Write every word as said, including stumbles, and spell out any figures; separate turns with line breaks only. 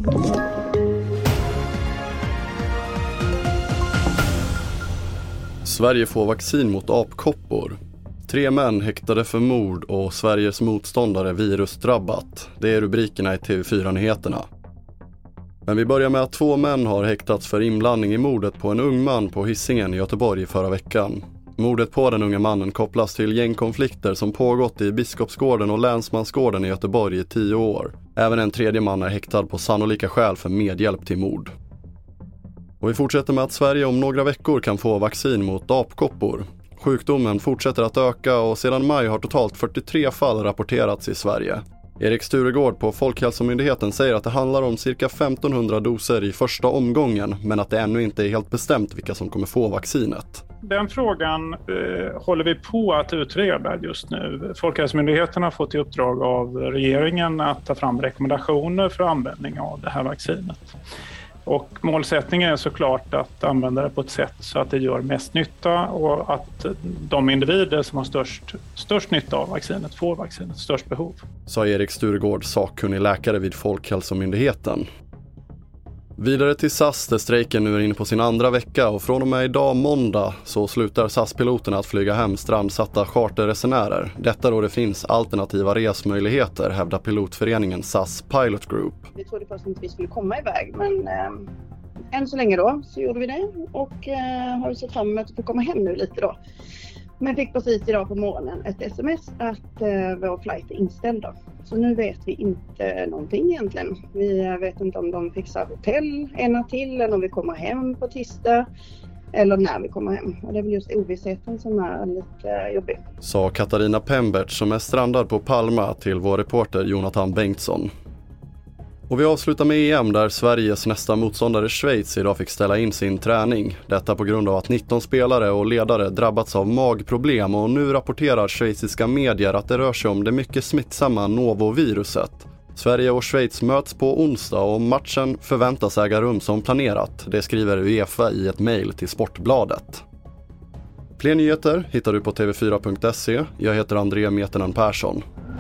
Sverige får vaccin mot apkoppor. Tre män häktade för mord och Sveriges motståndare virusdrabbat. Det är rubrikerna i T V fyra-nyheterna. Men vi börjar med att två män har häktats för inblandning i mordet på en ung man på Hisingen i Göteborg förra veckan. Mordet på den unga mannen kopplas till gängkonflikter som pågått i Biskopsgården och Länsmansgården i Göteborg i tio år. Även en tredje man är häktad på sannolika skäl för medhjälp till mord. Och vi fortsätter med att Sverige om några veckor kan få vaccin mot apkoppor. Sjukdomen fortsätter att öka och sedan maj har totalt fyrtiotre fall rapporterats i Sverige. Erik Sturegård på Folkhälsomyndigheten säger att det handlar om cirka femtonhundra doser i första omgången, men att det ännu inte är helt bestämt vilka som kommer få vaccinet.
Den frågan eh, håller vi på att utreda just nu. Folkhälsomyndigheten har fått i uppdrag av regeringen att ta fram rekommendationer för användning av det här vaccinet. Och målsättningen är såklart att använda det på ett sätt så att det gör mest nytta och att de individer som har störst, störst nytta av vaccinet får vaccinet, störst behov.
Sa Erik Sturegård, sakkunnig läkare vid Folkhälsomyndigheten. Vidare till S A S där strejken nu är inne på sin andra vecka och från och med idag måndag så slutar S A S-piloterna att flyga hem strandsatta charterresenärer. Detta då det finns alternativa resmöjligheter, hävdar pilotföreningen S A S Pilot Group.
Vi trodde först inte vi skulle komma iväg, men eh, än så länge då så gjorde vi det och eh, har sett fram emot att få komma hem nu lite då. Men fick precis idag på morgonen ett sms att eh, vår flight är inställd då. Så nu vet vi inte någonting egentligen. Vi vet inte om de fixar hotell en natt till eller om vi kommer hem på tisdag eller när vi kommer hem. Och det är väl just ovissheten som är lite jobbig.
Sa Katarina Pembert som är strandad på Palma till vår reporter Jonathan Bengtsson. Och vi avslutar med E M där Sveriges nästa motståndare Schweiz idag fick ställa in sin träning. Detta på grund av att nitton spelare och ledare drabbats av magproblem och nu rapporterar schweiziska medier att det rör sig om det mycket smittsamma Novo-viruset. Sverige och Schweiz möts på onsdag och matchen förväntas äga rum som planerat. Det skriver UEFA i ett mejl till Sportbladet. Fler nyheter hittar du på t v fyra punkt se. Jag heter André Meternan Persson.